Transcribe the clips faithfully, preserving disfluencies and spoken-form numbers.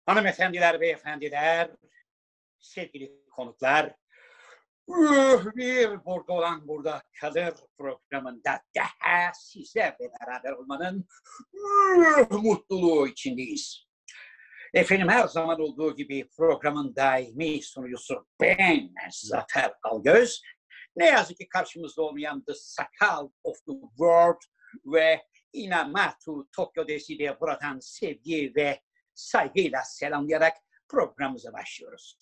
Hanımefendiler, beyefendiler, sevgili konuklar, bir burada olan burada kalır programında daha sizlerle beraber olmanın mutluluğu içindeyiz. Efendim her zaman olduğu gibi programın daimi sunucusu ben Zafer Algöz. Ne yazık ki karşımızda olmayan The Sakal of the World ve Inamatu Tokyo Desi'de buradan sevgi ve saygıyla selamlayarak programımıza başlıyoruz.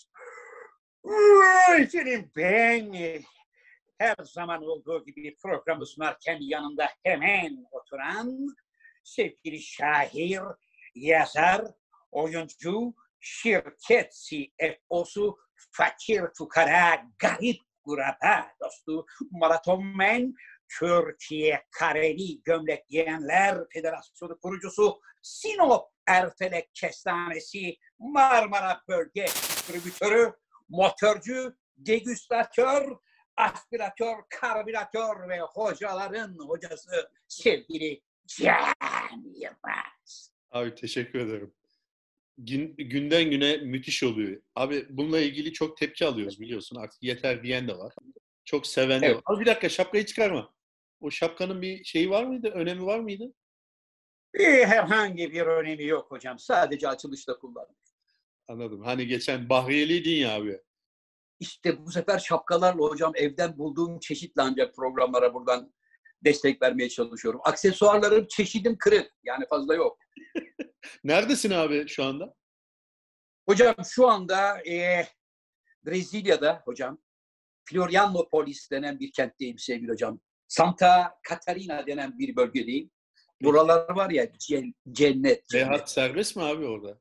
Efendim ben her zaman olduğu gibi programı sunarken yanında hemen oturan sevgili şair, yazar, oyuncu, şirket C F O'su, fakir fukara, garip kuraba dostu, maratonmen, Türkiye Kareli Gömlek Giyenler Federasyonu kurucusu, Sinop Erfelek Kestanesi, Marmara Bölge Distribütörü, motorcu, degüstatör, aspiratör, karbüratör ve hocaların hocası sevgili Can Yılmaz. Abi teşekkür ederim. Gün, günden güne müthiş oluyor. Abi bununla ilgili çok tepki alıyoruz biliyorsun. Artık yeter diyen de var. Çok seven de Evet. var. Abi bir dakika şapkayı çıkarma. O şapkanın bir şeyi var mıydı? Önemi var mıydı? Bir herhangi bir önemi yok hocam. Sadece açılışta kullandım. Anladım. Hani geçen Bahriyeliydin ya abi. İşte bu sefer şapkalarla hocam evden bulduğum çeşitli ancak programlara buradan destek vermeye çalışıyorum. Aksesuarlarım çeşidim kırık. Yani fazla yok. Neredesin abi şu anda? Hocam şu anda e, Brezilya'da hocam Florianopolis denen bir kentteyim sevgili hocam. Santa Catarina denen bir bölgedeyim. Buralar var ya cennet. cennet. Seyahat serbest mi abi orada?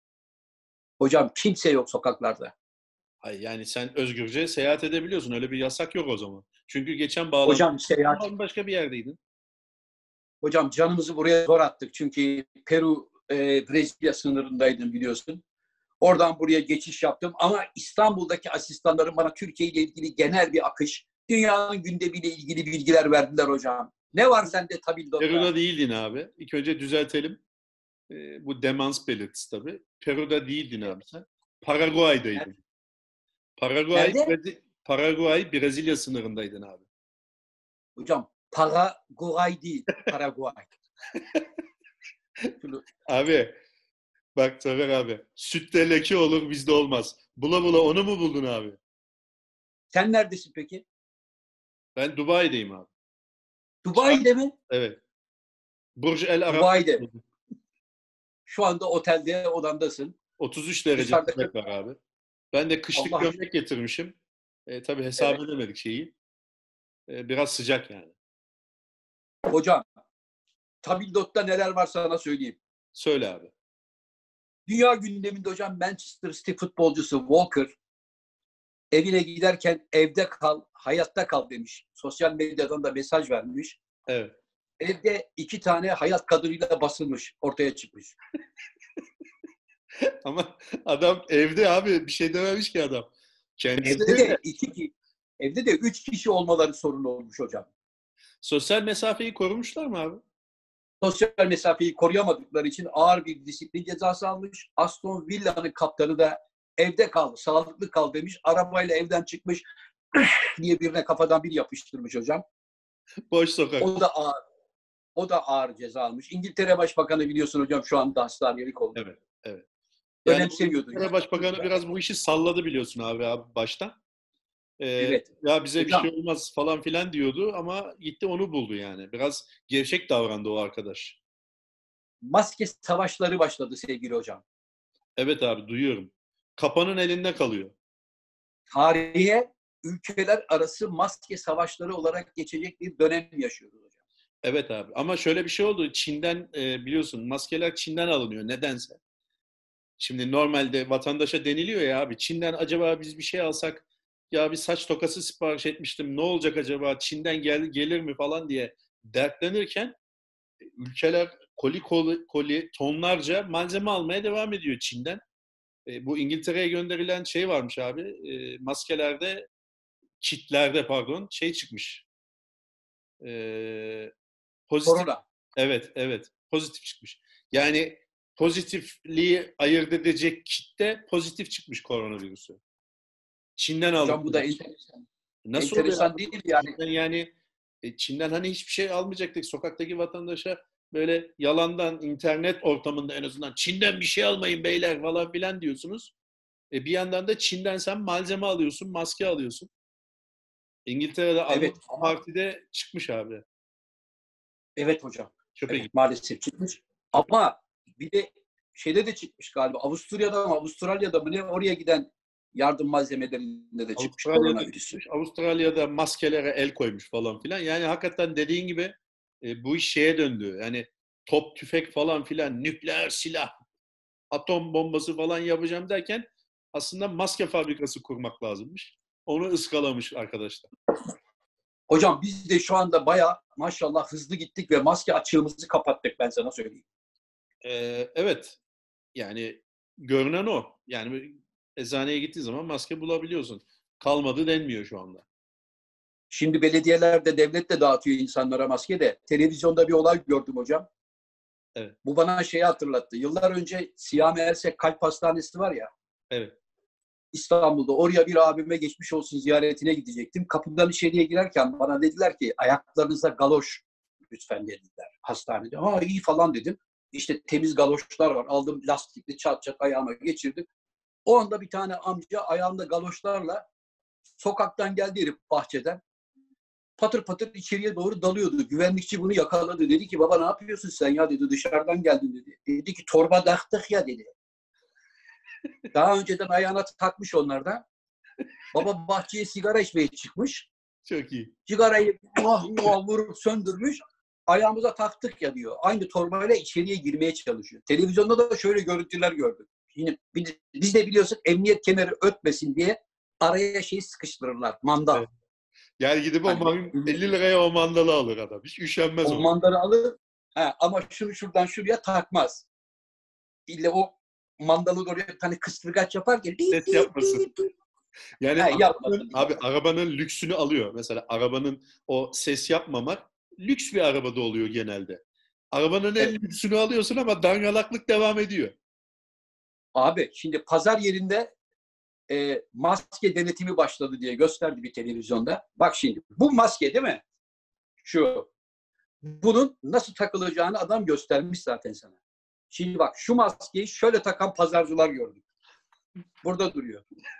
Hocam kimse yok sokaklarda. Hayır yani sen özgürce seyahat edebiliyorsun. Öyle bir yasak yok o zaman. Çünkü geçen Hocam bağlantı seyahat. başka bir yerdeydin. Hocam canımızı buraya zor attık. Çünkü Peru, e, Brezilya sınırındaydım biliyorsun. Oradan buraya geçiş yaptım. Ama İstanbul'daki asistanlarım bana Türkiye ile ilgili genel bir akış, dünyanın gündemiyle ilgili bilgiler verdiler hocam. Ne var sende tabildot'ta? Peru'da değildin abi. İlk önce düzeltelim. Ee, bu demans belirtisi tabii. Peru'da değildin abi sen. Paraguay'daydın. Paraguay, Nerede? Brezi- Paraguay, Brezilya sınırındaydın abi. Hocam Paraguay değil, Paraguay. Abi bak Tamer abi. Sütte leke olur bizde olmaz. Bula bula onu mu buldun abi? Sen neredesin peki? Ben Dubai'deyim abi. Dubai'de mi? Evet. Burj El Arab. Dubai'de. Şu anda otelde odandasın. otuz üç derece Dışarıda sıcak var abi. Ben de kışlık Allah aşkına. gömlek getirmişim. E, tabii hesap Evet. edemedik şeyi. E, biraz sıcak yani. Hocam, tabildot'ta neler var sana söyleyeyim. Söyle abi. Dünya gündeminde hocam Manchester City futbolcusu Walker evine giderken evde kal, hayatta kal demiş. Sosyal medyadan da mesaj vermiş. Evet. Evde iki tane hayat kadınıyla basılmış, ortaya çıkmış. Ama adam evde abi bir şey dememiş ki adam. Kendisi Evde de iki, evde de üç kişi olmaları sorun olmuş hocam. sosyal mesafeyi korumuşlar mı abi? Sosyal mesafeyi koruyamadıkları için ağır bir disiplin cezası almış. Aston Villa'nın kaptanı da evde kal, sağlıklı kal demiş. Arabayla evden çıkmış diye birine kafadan bir yapıştırmış hocam. Boş sokak. O da ağır, o da ağır ceza almış. İngiltere Başbakanı biliyorsun hocam şu anda hastanelik oldu. Evet, evet. Yani Önemsemiyordu. İngiltere Başbakanı biraz bu işi salladı biliyorsun abi, abi baştan. Ee, Evet. ya bize Hocam, bir şey olmaz falan filan diyordu ama gitti onu buldu yani. Biraz gevşek davrandı o arkadaş. maske savaşları başladı sevgili hocam. Evet abi duyuyorum. Kapanın elinde kalıyor. Tarihe ülkeler arası maske savaşları olarak geçecek bir dönem yaşıyoruz hocam. Evet abi ama şöyle bir şey oldu. Çin'den e, biliyorsun maskeler Çin'den alınıyor nedense. Şimdi normalde vatandaşa deniliyor ya abi Çin'den acaba biz bir şey alsak ya bir saç tokası sipariş etmiştim ne olacak acaba Çin'den gel, gelir mi falan diye dertlenirken ülkeler koli koli, koli tonlarca malzeme almaya devam ediyor Çin'den. E, bu İngiltere'ye gönderilen şey varmış abi e, maskelerde kitlerde pardon şey çıkmış. E, pozitif Korona. evet evet pozitif çıkmış. Yani pozitifliği ayırt edecek kitle pozitif çıkmış koronavirüsü. Çin'den aldık. Hocam bu da enteresan. Nasıl oluyor Enteresan abi? değil yani. Çin'den yani e, Çin'den hani hiçbir şey almayacaktık. Sokaktaki vatandaşa böyle yalandan internet ortamında en azından Çin'den bir şey almayın beyler falan filan diyorsunuz. E, bir yandan da Çin'den sen malzeme alıyorsun, maske alıyorsun. İngiltere'de Evet Alman ama Parti'de çıkmış abi. evet hocam. Çöpe Evet gitti. maalesef çıkmış. Çöpe. Ama bir de şeyde de çıkmış galiba. Avusturya'da mı Avustralya'da mı ne oraya giden yardım malzemelerinde de çıkmış Avustralya'da koronavirüsü. çıkmış. Avustralya'da maskelere el koymuş falan filan. Yani hakikaten dediğin gibi e, bu iş şeye döndü. Yani top, tüfek falan filan, nükleer silah, atom bombası falan yapacağım derken aslında maske fabrikası kurmak lazımmış. Onu ıskalamış arkadaşlar. Hocam biz de şu anda bayağı maşallah hızlı gittik ve maske açığımızı kapattık ben sana söyleyeyim. Ee, evet. Yani görünen o. Yani eczaneye gittiği zaman maske bulabiliyorsun. Kalmadı denmiyor şu anda. Şimdi belediyeler de devlet de dağıtıyor insanlara maske de. Televizyonda bir olay gördüm hocam. Evet. Bu bana şeyi hatırlattı. Yıllar önce Siyami Ersek Kalp Hastanesi var ya Evet. İstanbul'da. Oraya bir abime geçmiş olsun ziyaretine gidecektim. Kapıdan içeriye girerken bana dediler ki ayaklarınıza galoş lütfen dediler hastanede. Ha iyi falan dedim. İşte temiz galoşlar var. Aldım lastikli çat çat ayağıma geçirdim. O anda bir tane amca ayağında galoşlarla sokaktan geldi herif bahçeden. Patır patır içeriye doğru dalıyordu. Güvenlikçi bunu yakaladı. Dedi ki baba ne yapıyorsun sen ya dedi. Dışarıdan geldin dedi. Dedi ki torba taktık ya dedi. Daha önceden ayağına takmış onlardan. Baba bahçeye sigara içmeye çıkmış. Çok iyi. Sigarayı muah muah vurup söndürmüş. Ayağımıza taktık ya diyor. Aynı torbayla içeriye girmeye çalışıyor. Televizyonda da şöyle görüntüler gördük. Yine biz de biliyorsun emniyet kemeri ötmesin diye araya şey sıkıştırırlar. Mandal. Evet. Gel gidip o Hani, man- elli liraya o mandalı alır adam. Hiç üşenmez o o. mandalı alır. He, ama şunu şuradan şuraya takmaz. İlle o mandalı oraya bir tane kıstırgaç yapar ki Ses yapmasın. Yani he, arabanın, yapmasın. abi arabanın lüksünü alıyor. Mesela arabanın o ses yapmamak lüks bir arabada oluyor genelde. Arabanın en Evet. lüksünü alıyorsun ama dangalaklık devam ediyor. Abi şimdi pazar yerinde e, maske denetimi başladı diye gösterdi bir televizyonda. Bak şimdi bu maske değil mi? Şu. Bunun nasıl takılacağını adam göstermiş zaten sana. Şimdi bak şu maskeyi şöyle takan pazarcılar gördüm. Burada duruyor.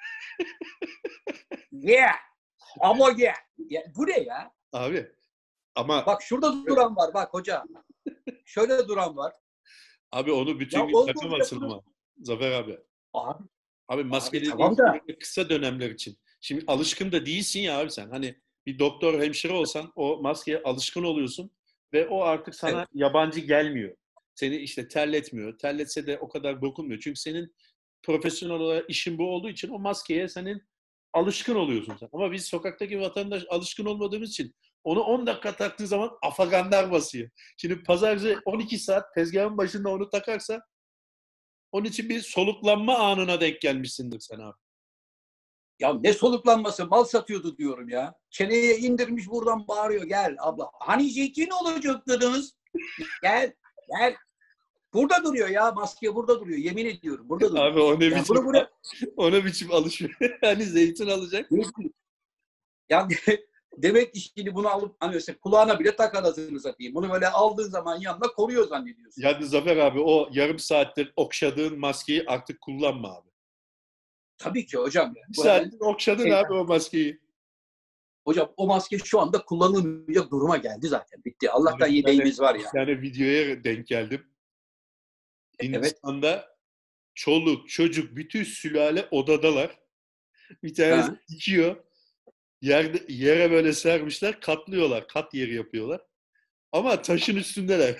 Yeah. Ama yeah. Ya, bu ne ya? Abi ama Bak şurada duran var bak hoca. Şöyle duran var. abi onu Ya bütün gün oldu takamazsın olacak. ama Zafer abi. Abi, Abi abi maske dediğin tamam şey da. böyle kısa dönemler için. Şimdi alışkın da değilsin ya abi sen. Hani bir doktor, hemşire olsan o maskeye alışkın oluyorsun ve o artık Evet. sana yabancı gelmiyor. Seni işte terletmiyor. Terletse de o kadar dokunmuyor. Çünkü senin profesyonel olarak işin bu olduğu için o maskeye senin alışkın oluyorsun sen. Ama biz sokaktaki vatandaş alışkın olmadığımız için onu on dakika taktığı zaman afaganlar basıyor. Şimdi pazarcı on iki saat tezgahın başında onu takarsa onun için bir soluklanma anına denk gelmişsindir sen abi. Ya ne soluklanması mal satıyordu diyorum ya. Çeneye indirmiş buradan bağırıyor gel abla. Hani zeytin olacaktınız? Gel gel. Burada duruyor ya maske burada duruyor. Yemin ediyorum burada duruyor. Abi o ne Yani biçim bunu buraya o ne biçim alışveriş. Hani zeytin alacak. yani demek ki şimdi bunu alıp hani mesela kulağına bile tak anasını satayım. Bunu böyle aldığın zaman yanına koruyor zannediyorsun. Yani Zafer abi o yarım saattir okşadığın maskeyi artık kullanma abi. Tabii ki hocam. Bir Bu hemen saattir okşadın şeyden. abi o maskeyi. Hocam o maske şu anda kullanılmayacak duruma geldi zaten. Bitti. Abi Allah'tan bir tane, yedeğimiz var bir ya. tane videoya denk geldim. Evet. Hindistan'da çoluk, çocuk, bütün sülale odadalar. Bir tanesi Ha. dikiyor. Yerde, yere böyle sermişler, katlıyorlar. Kat yeri yapıyorlar. Ama taşın üstündeler.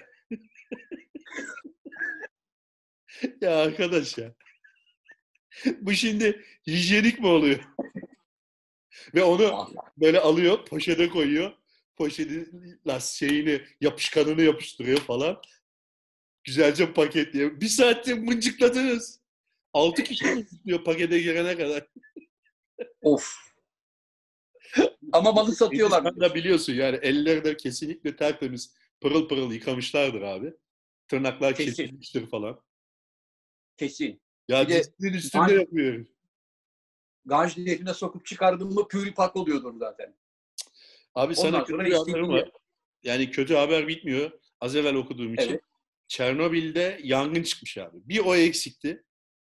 Ya arkadaş ya. Bu şimdi hijyenik mi oluyor? Ve onu Allah. böyle alıyor, poşete koyuyor. Poşetin şeyini, yapışkanını yapıştırıyor falan. Güzelce paketliyor. Bir saatte mıncıkladınız. Altı kişi mıncıklıyor pakete girene kadar. Of. Ama malı satıyorlar Hindistan'da biliyorsun. biliyorsun yani elleri de kesinlikle tertemiz, pırıl pırıl yıkamışlardır abi. Tırnaklar Kesin. kesilmiştir falan. Kesin. Ya Bir de dizinin üstünde Ganj, yapıyor. Ganj Nehri'ne sokup çıkardın mı püripak oluyordur zaten. Abi sana Ondan kötü sonra bir haberim istediğini var. yap. Yani kötü haber bitmiyor. Az evvel okuduğum için. Evet. Çernobil'de yangın çıkmış abi. Bir o eksikti.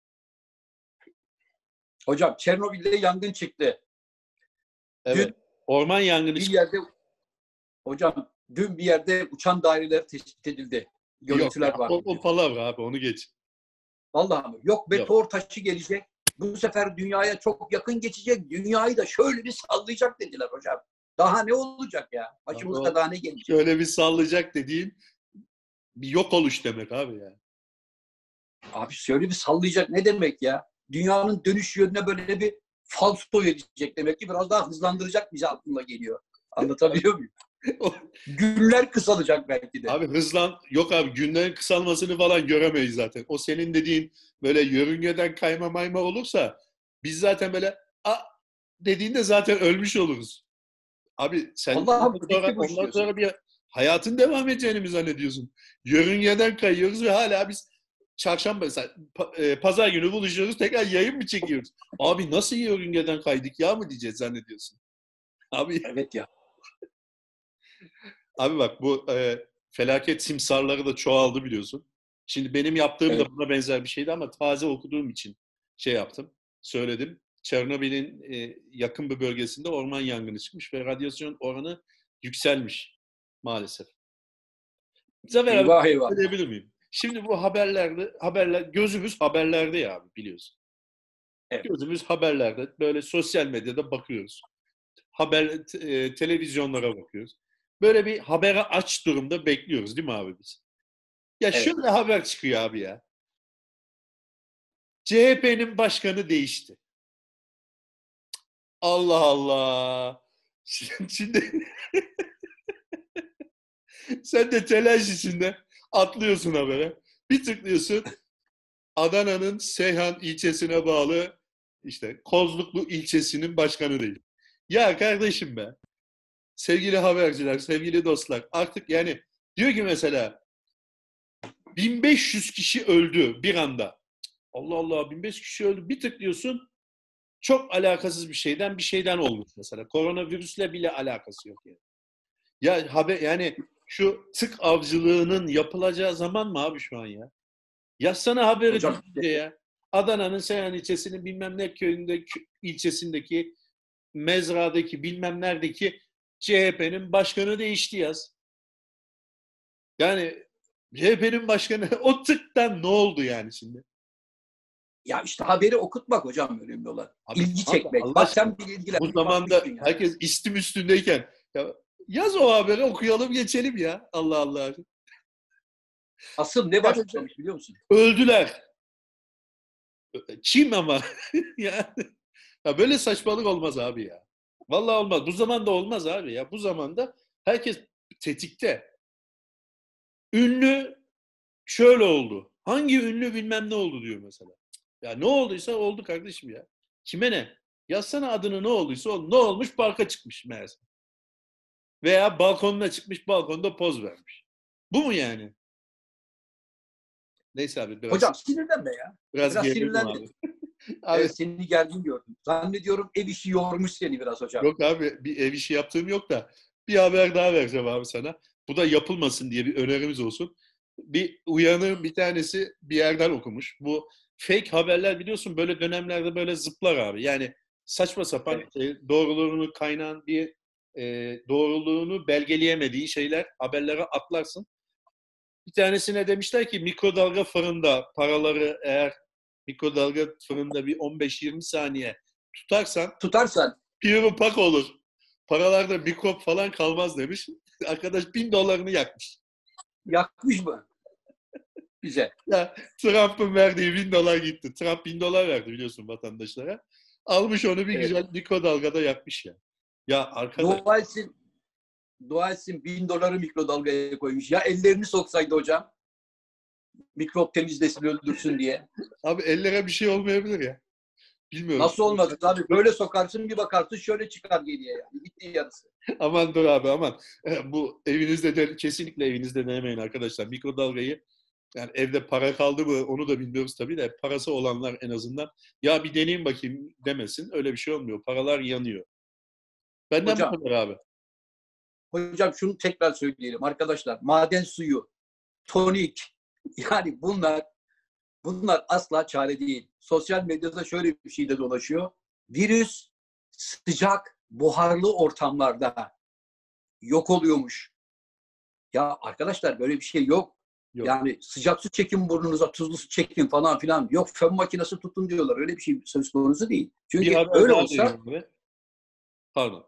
Hocam Çernobil'de yangın çıktı. Evet. Dün Orman yangını bir çıktı. yerde hocam dün bir yerde uçan daireler tespit edildi. Yok ya. Görüntüler var O, o bugün. palavra abi. Onu geç. Vallahi mi? Yok Yok. meteor taşı gelecek. Bu sefer dünyaya çok yakın geçecek. Dünyayı da şöyle bir sallayacak dediler hocam. Daha ne olacak ya? Abi Başımıza o daha ne gelecek? şöyle bir sallayacak dediğin bir yok oluş demek abi ya. Abi şöyle bir sallayacak ne demek ya? Dünyanın dönüş yönüne böyle bir falso verecek demek ki biraz daha hızlandıracak bize aklına geliyor. Anlatabiliyor muyum? Günler kısalacak belki de. Abi hızlan yok abi günlerin kısalmasını falan göremeyiz zaten. O senin dediğin böyle yörüngeden kayma mayma olursa biz zaten böyle a dediğinde zaten ölmüş oluruz. Abi sen Allah'ım ondan sonra bitti bu iş ondan diyorsun. sonra bir hayatın devam edeceğini mi zannediyorsun? Yörüngeden kayıyoruz ve hala biz çarşamba mesela pa- e, pazar günü buluşuyoruz tekrar yayın mı çekiyoruz? Abi nasıl yörüngeden kaydık ya mı diyeceğiz zannediyorsun? Abi Evet ya. Abi bak bu e, felaket simsarları da çoğaldı biliyorsun. Şimdi benim yaptığım Evet. da buna benzer bir şeydi ama taze okuduğum için şey yaptım, söyledim. Çernobil'in e, yakın bir bölgesinde orman yangını çıkmış ve radyasyon oranı yükselmiş maalesef. Zafer abi Eyvah eyvah. söyleyebilir miyim? Şimdi bu haberlerde, haberler gözümüz haberlerde ya abi biliyorsun. Evet. Gözümüz haberlerde böyle sosyal medyada bakıyoruz. Haber e, televizyonlara bakıyoruz. Böyle bir habere aç durumda bekliyoruz değil mi abi biz? Ya Evet. şöyle haber çıkıyor abi ya. C H P'nin başkanı değişti. Allah Allah. Şimdi sen de telaş içinde atlıyorsun habere. Bir tıklıyorsun Adana'nın Seyhan ilçesine bağlı işte Kozluklu ilçesinin başkanı değil. Ya kardeşim be. Sevgili haberciler, sevgili dostlar. Artık yani diyor ki mesela bin beş yüz kişi öldü bir anda. Allah Allah bin beş yüz kişi öldü. Bir tıklıyorsun çok alakasız bir şeyden bir şeyden olmuş mesela. Koronavirüsle bile alakası yok yani. Ya haber yani şu tık avcılığının yapılacağı zaman mı abi şu an ya? Yazsana haberi Hocam düzgünce ya. Adana'nın Seyhan ilçesinin bilmem ne köyünde ilçesindeki mezradaki bilmem neredeki C H P'nin başkanı değişti yaz. Yani C H P'nin başkanı o tıktan ne oldu yani şimdi? ya işte haberi okutmak hocam önemli olan. Abi İlgi tamam da çekmek. Allah Bak aşkına sen bir bu ilgilen. zamanda Bakmışsın yani. herkes istim üstündeyken ya yaz o haberi okuyalım geçelim ya. Allah Allah. Asıl ne Yani başlamış biliyor musun? öldüler. Çin ama. ya, ya böyle saçmalık olmaz abi ya. Vallahi olmaz. Bu zamanda olmaz abi ya. Bu zamanda herkes tetikte. Ünlü şöyle oldu. Hangi ünlü bilmem ne oldu diyor mesela. Ya ne olduysa oldu kardeşim ya. Kime ne? Yazsana adını ne olduysa oldu. Ne olmuş? Parka çıkmış meğerse. Veya balkonuna çıkmış, balkonda poz vermiş. Bu mu yani? Neyse abi biraz Hocam sinirlenme ya. biraz Biraz gerildim sinirlendin. abi. Abi Evet seni gergin gördüm. Zannediyorum ev işi yormuş seni biraz hocam. yok abi bir ev işi yaptığım yok da bir haber daha vereceğim abi sana. Bu da yapılmasın diye bir önerimiz olsun. Bir uyanığın bir tanesi bir yerden okumuş. Bu fake haberler biliyorsun böyle dönemlerde böyle zıplar abi. Yani saçma sapan Evet. e, doğruluğunu kaynağın bir e, doğruluğunu belgeleyemediği şeyler haberlere atlarsın. Bir tanesine demişler ki mikrodalga fırında paraları eğer mikrodalga fırında bir on beş yirmi saniye tutarsan Tutarsan pirupak olur. Paralarda mikrop falan kalmaz demiş. Arkadaş bin dolarını yakmış. yakmış mı? Güzel. Ya Trump'ın verdiği bin dolar gitti. Trump bin dolar verdi biliyorsun vatandaşlara. Almış onu bir Evet. güzel mikrodalgada yakmış ya. Ya arkadaş Dua etsin, dua etsin bin doları mikrodalgaya koymuş. Ya ellerini soksaydı hocam. Mikrop temizlesin öldürsün diye. abi ellere bir şey olmayabilir ya. Bilmiyorum. Nasıl olmaz abi? Böyle sokarsın bir bakarsın şöyle çıkar geriye yani. Gitti yarısı. Aman dur abi aman. Bu evinizde de kesinlikle evinizde denemeyin arkadaşlar. Mikrodalgayı Yani evde para kaldı mı onu da bilmiyoruz tabii de parası olanlar en azından ya bir deneyeyim bakayım demesin. Öyle bir şey olmuyor. Paralar yanıyor. Benden bu Hocam, kadar abi. hocam şunu tekrar söyleyelim arkadaşlar. Maden suyu, tonik, yani bunlar bunlar asla çare değil. Sosyal medyada şöyle bir şey de dolaşıyor. Virüs sıcak, buharlı ortamlarda yok oluyormuş. Ya arkadaşlar böyle bir şey yok. Yok. Yani sıcak su çekin burnunuza, tuzlu su çekin falan filan. Yok fön makinesi tutun diyorlar. Öyle bir şey söz konusu değil. Bir Çünkü haber öyle daha olsa, vereyim abi. Pardon.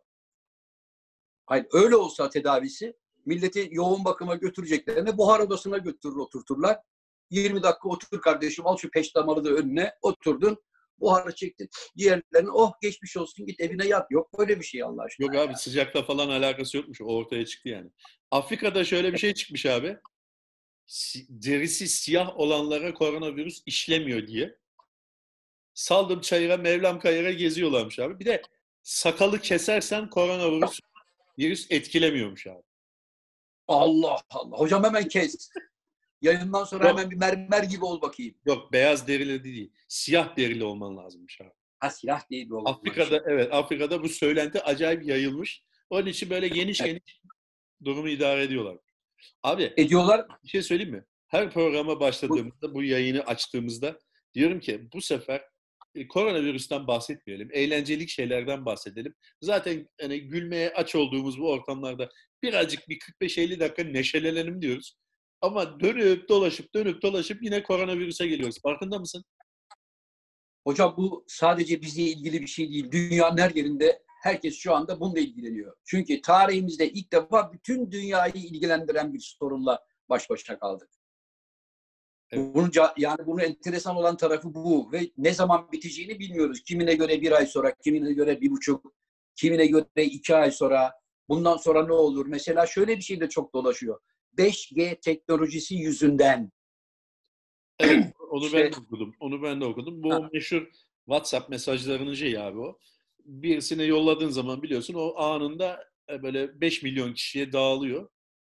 hayır öyle olsa tedavisi milleti yoğun bakıma götüreceklerine buhar odasına götürür oturturlar. yirmi dakika otur kardeşim, al şu peştemalı da önüne, oturdun. Buharı çektin. Diğerlerine oh geçmiş olsun git evine yat. Yok böyle bir şey Allah aşkına. Yok abi sıcakla falan alakası yokmuş. O ortaya çıktı yani. Afrika'da şöyle bir şey çıkmış abi. Si- derisi siyah olanlara koronavirüs işlemiyor diye. Saldım çayıra, Mevlam kayıra geziyorlarmış abi. Bir de sakalı kesersen koronavirüs virüs etkilemiyormuş abi. Allah Allah. Hocam hemen kes. Yayından sonra Yok, hemen bir mermer gibi ol bakayım. yok beyaz derili değil. Siyah derili olman lazımmış abi. Ha silah değil bir olmamış. Afrika'da evet Afrika'da bu söylenti acayip yayılmış. Onun için böyle geniş Evet. geniş durumu idare ediyorlar. Abi Ediyorlar. bir şey söyleyeyim mi? Her programa başladığımızda, bu yayını açtığımızda diyorum ki bu sefer e, koronavirüsten bahsetmeyelim. Eğlencelik şeylerden bahsedelim. Zaten hani gülmeye aç olduğumuz bu ortamlarda birazcık bir kırk beş elli dakika neşelenelim diyoruz. Ama dönüp dolaşıp dönüp dolaşıp yine koronavirüse geliyoruz. Farkında mısın? Hocam bu sadece bizle ilgili bir şey değil. Dünyanın her yerinde herkes şu anda bununla ilgileniyor. Çünkü tarihimizde ilk defa bütün dünyayı ilgilendiren bir sorunla baş başa kaldık. Evet. Bunun, yani bunun enteresan olan tarafı bu ve ne zaman biteceğini bilmiyoruz. Kimine göre bir ay sonra, kimine göre bir buçuk, kimine göre iki ay sonra. Bundan sonra ne olur? Mesela şöyle bir şey de çok dolaşıyor. beş G teknolojisi yüzünden Evet, onu ben işte de okudum. Onu ben de okudum. Bu ha, meşhur WhatsApp mesajlarının şeyi abi o. Birisine yolladığın zaman biliyorsun o anında e, böyle beş milyon kişiye dağılıyor.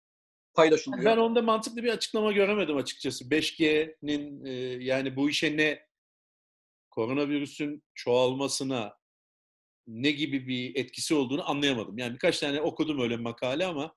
Ben paylaşılıyor. onda mantıklı bir açıklama göremedim açıkçası. beş G'nin e, yani bu işe ne koronavirüsün çoğalmasına ne gibi bir etkisi olduğunu anlayamadım. Yani birkaç tane okudum öyle makale ama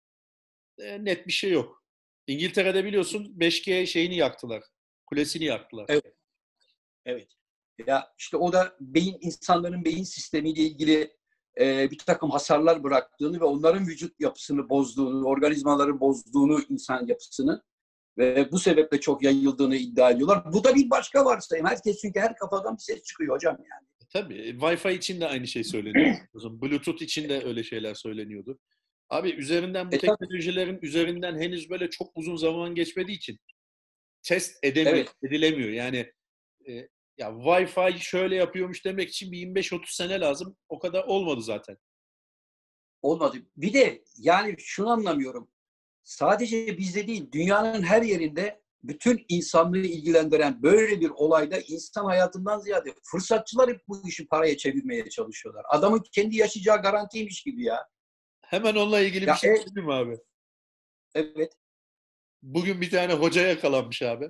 e, net bir şey yok. İngiltere'de biliyorsun beş G şeyini yaktılar. Kulesini yaktılar. Evet, evet. Ya işte o da beyin insanların beyin sistemiyle ilgili e, bir takım hasarlar bıraktığını ve onların vücut yapısını bozduğunu, organizmaları bozduğunu, insan yapısını ve bu sebeple çok yayıldığını iddia ediyorlar. Bu da bir başka varsayım. Herkes çünkü her kafadan bir ses çıkıyor hocam yani. Tabii. Wi-Fi için de aynı şey söyleniyor. Bluetooth için de öyle şeyler söyleniyordu. Abi üzerinden bu E tabii, teknolojilerin üzerinden henüz böyle çok uzun zaman geçmediği için test edemiyor, evet. edilemiyor. Yani e, ya Wi-Fi şöyle yapıyormuş demek için bir yirmi beş otuz sene lazım. O kadar olmadı zaten. Olmadı. Bir de yani şunu anlamıyorum. Sadece bizde değil, dünyanın her yerinde bütün insanlığı ilgilendiren böyle bir olayda insan hayatından ziyade fırsatçılar hep bu işi paraya çevirmeye çalışıyorlar. Adamın kendi yaşayacağı garantiymiş gibi ya. Hemen onunla ilgili bir Ya şey e, söyleyeyim mi abi? evet, Bugün bir tane hoca yakalanmış abi.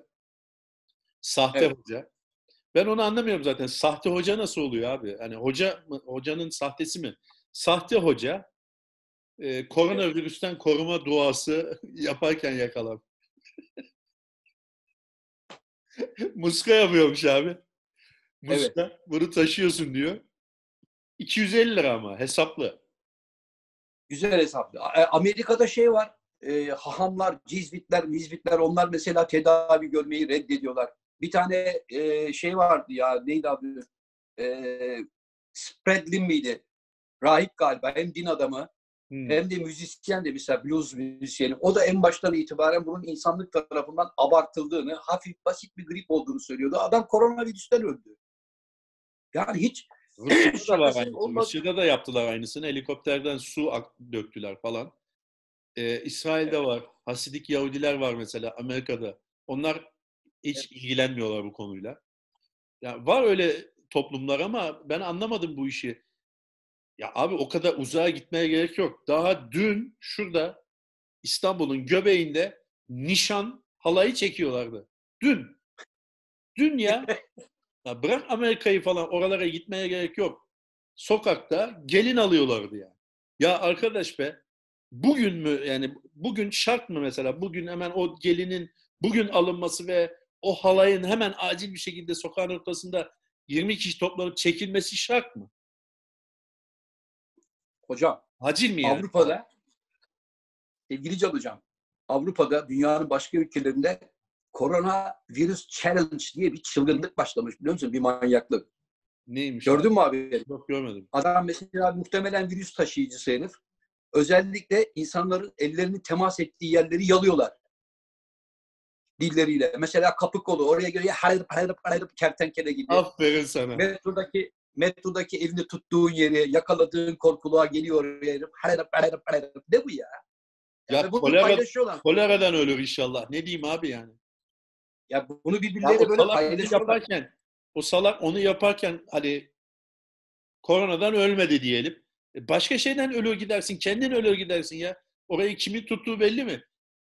Sahte evet. hoca. Ben onu anlamıyorum zaten. Sahte hoca nasıl oluyor abi? Hani hoca mı, hocanın sahtesi mi? Sahte hoca e, Evet. koronavirüsten koruma duası yaparken yakalan. Muska yapıyormuş abi. Evet. Muska. Bunu taşıyorsun diyor. iki yüz elli lira ama hesaplı. Güzel hesaplı. Amerika'da şey var. E, hahamlar, cizvitler, mizvitler onlar mesela tedavi görmeyi reddediyorlar. Bir tane e, şey vardı ya neydi adı? E, Spreadlin miydi? Rahip galiba. Hem din adamı Hmm. hem de müzisyen de mesela blues müzisyeni. O da en baştan itibaren bunun insanlık tarafından abartıldığını, hafif basit bir grip olduğunu söylüyordu. Adam koronavirüsten öldü. Yani hiç Rusya'da da var şakası aynısı. olmaz. Rusya'da da yaptılar aynısını. Helikopterden su ak- döktüler falan. Ee, İsrail'de Evet, var. Hasidik Yahudiler var mesela Amerika'da. Onlar evet. hiç ilgilenmiyorlar bu konuyla. Ya var öyle toplumlar ama ben anlamadım bu işi. Ya abi o kadar uzağa gitmeye gerek yok. Daha dün şurada İstanbul'un göbeğinde nişan halayı çekiyorlardı. Dün. Dün ya. Ya bırak Amerika'yı falan, oralara gitmeye gerek yok. Sokakta gelin alıyorlardı yani. Ya arkadaş be, bugün mü yani, bugün şart mı mesela, bugün hemen o gelinin bugün alınması ve o halayın hemen acil bir şekilde sokağın ortasında yirmi kişi toplanıp çekilmesi şart mı? Hocam Acil mi yani? Avrupa'da, sevgili Can Hocam, Avrupa'da dünyanın başka ülkelerinde korona virüs challenge diye bir çılgınlık başlamış, biliyor musun? Bir manyaklık. Neymiş abi? Gördün mü abi? Yok, görmedim. Adam mesela muhtemelen virüs taşıyıcısı herif. Özellikle insanların ellerini temas ettiği yerleri yalıyorlar dilleriyle. Mesela kapı kolu, oraya göre hayır hayır hayır kertenkele gibi. Aferin sana. Metrodaki metrodaki evini tuttuğun yeri, yakaladığın korkuluğa geliyor oraya herif. Hayır hayır hayır. Ne bu ya? Ya Yani bunu kolera, paylaşıyorlar. koleradan ölür inşallah. Ne diyeyim abi yani? Ya bunu Ya birbirleriyle o böyle salak onu paylaşıyorlar. yaparken, o salak onu yaparken hani koronadan ölmedi diyelim. E başka şeyden ölür gidersin. Kendin ölür gidersin ya. Orayı kimin tuttuğu belli mi?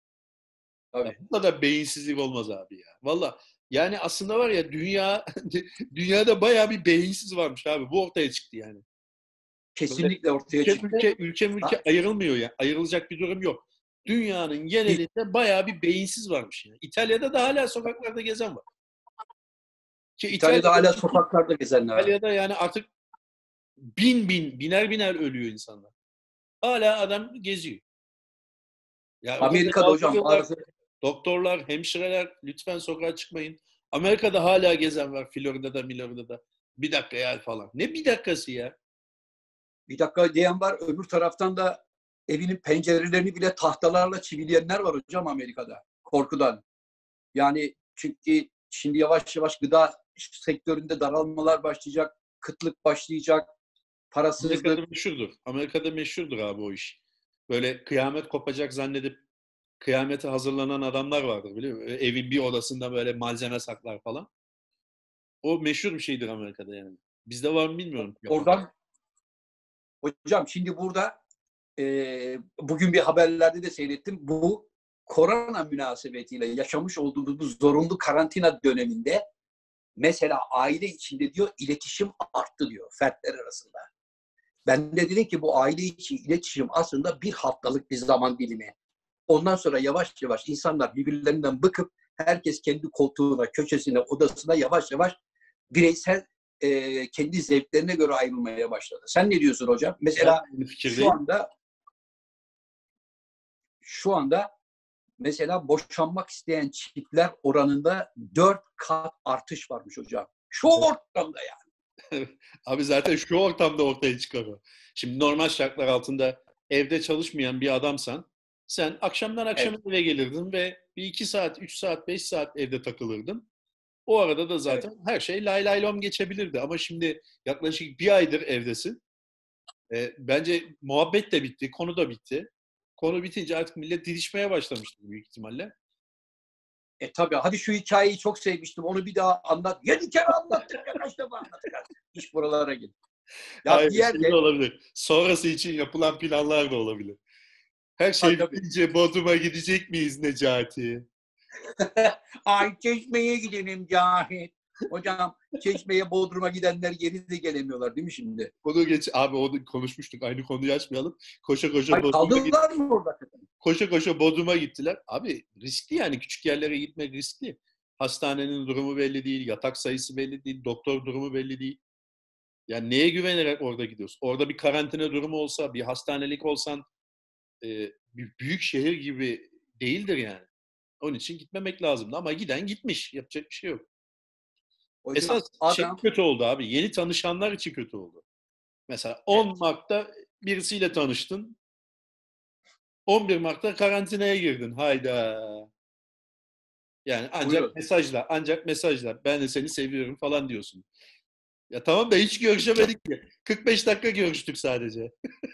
Ya Tabii. bu kadar beyinsizlik olmaz abi ya. Valla yani aslında var ya, dünya dünyada bayağı bir beyinsiz varmış abi. Bu ortaya çıktı yani. Böyle Kesinlikle ortaya ülke çıktı. ülke ülke ülke Ha, ayrılmıyor ya. Ayrılacak bir durum yok. Dünyanın genelinde bayağı bir beyinsiz varmış yani. İtalya'da da hala sokaklarda gezen var. Ki İtalya'da İtalya'da hala sokaklarda gezenler var. İtalya'da yani artık bin bin, biner biner ölüyor insanlar. Hala adam geziyor. Ya orada Amerika'da hocam yalvarıyorlar, bazı doktorlar, hemşireler lütfen sokağa çıkmayın. Amerika'da hala gezen var, Florida'da, Florida'da. Bir dakika ya falan. Ne bir dakikası ya? bir dakika diyen var. Öbür taraftan da evinin pencerelerini bile tahtalarla çivileyenler var hocam Amerika'da. Korkudan. Yani çünkü şimdi yavaş yavaş gıda sektöründe daralmalar başlayacak. Kıtlık başlayacak. Amerika'da Parasızlık. meşhurdur. Amerika'da meşhurdur abi o iş. Böyle kıyamet kopacak zannedip kıyamete hazırlanan adamlar vardır, biliyor musun? Evin bir odasında böyle malzeme saklar falan. O meşhur bir şeydir Amerika'da yani. Bizde var mı bilmiyorum yapan. Oradan hocam şimdi burada e, bugün bir haberlerde de seyrettim. Bu korona münasebetiyle yaşamış olduğumuz bu zorunlu karantina döneminde mesela aile içinde diyor iletişim arttı diyor fertler arasında. Ben de dedim ki bu aile içi iletişim aslında bir haftalık bir zaman dilimi. Ondan sonra yavaş yavaş insanlar birbirlerinden bıkıp herkes kendi koltuğuna, köşesine, odasına yavaş yavaş bireysel e, kendi zevklerine göre ayrılmaya başladı. Sen ne diyorsun hocam? Ben Mesela aynı şu fikirdeyim. anda şu anda mesela boşanmak isteyen çiftler oranında dört kat artış varmış hocam. Şu ortamda ya. Abi zaten şu ortamda ortaya çıkar o. Şimdi normal şartlar altında evde çalışmayan bir adamsan sen akşamdan akşama Evet, eve gelirdin ve bir iki saat, üç saat, beş saat evde takılırdın. O arada da evet. zaten her şey lay lay lom geçebilirdi. Ama şimdi yaklaşık bir aydır evdesin. E, bence muhabbet de bitti, konu da bitti. Konu bitince artık millet didişmeye başlamıştır büyük ihtimalle. E tabii hadi şu hikayeyi çok sevmiştim. Onu bir daha anlat. Yedi kere anlattık ya kaç defa anlattık. İş buralara git. Ya Hayır, bir şey de yerde olabilir. Sonrası için yapılan planlar da olabilir. Her ha, şey tabii. bitince Bodrum'a gidecek miyiz Necati? Ay Çeşme'ye gidelim Cahit. Hocam Çeşme'ye Bodrum'a gidenler geri de gelemiyorlar değil mi şimdi? Onu geç abi, onu konuşmuştuk. Aynı konuyu açmayalım. Koşa koşa Ay Bodrum'a git. kaldılar mı orada? Koşa koşa Bodrum'a gittiler. Abi riskli yani, küçük yerlere gitmek riskli. Hastanenin durumu belli değil, yatak sayısı belli değil, doktor durumu belli değil. Yani neye güvenerek orada gidiyorsun? Orada bir karantina durumu olsa, bir hastanelik olsan e, bir büyük şehir gibi değildir yani. Onun için gitmemek lazımdı ama giden gitmiş. Yapacak bir şey yok. Hocam Esas şey adam kötü oldu abi. Yeni tanışanlar için kötü oldu. Mesela on evet. Mart'ta birisiyle tanıştın. on bir Mart'ta karantinaya girdin. Hayda. Yani ancak Buyurun. mesajla, ancak mesajla. Ben de seni seviyorum falan diyorsun. Ya tamam da hiç görüşemedik ki. kırk beş dakika görüştük sadece.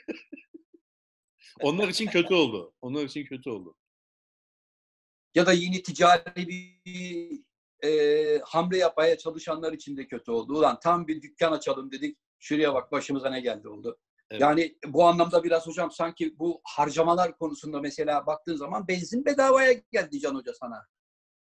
Onlar için kötü oldu. Onlar için kötü oldu. Ya da yeni ticari bir e, hamle yapmaya çalışanlar için de kötü oldu. Ulan tam bir dükkan açalım dedik. Şuraya bak başımıza ne geldi oldu. Evet. Yani bu anlamda biraz hocam sanki bu harcamalar konusunda mesela baktığın zaman benzin bedavaya geldi Can Hoca sana.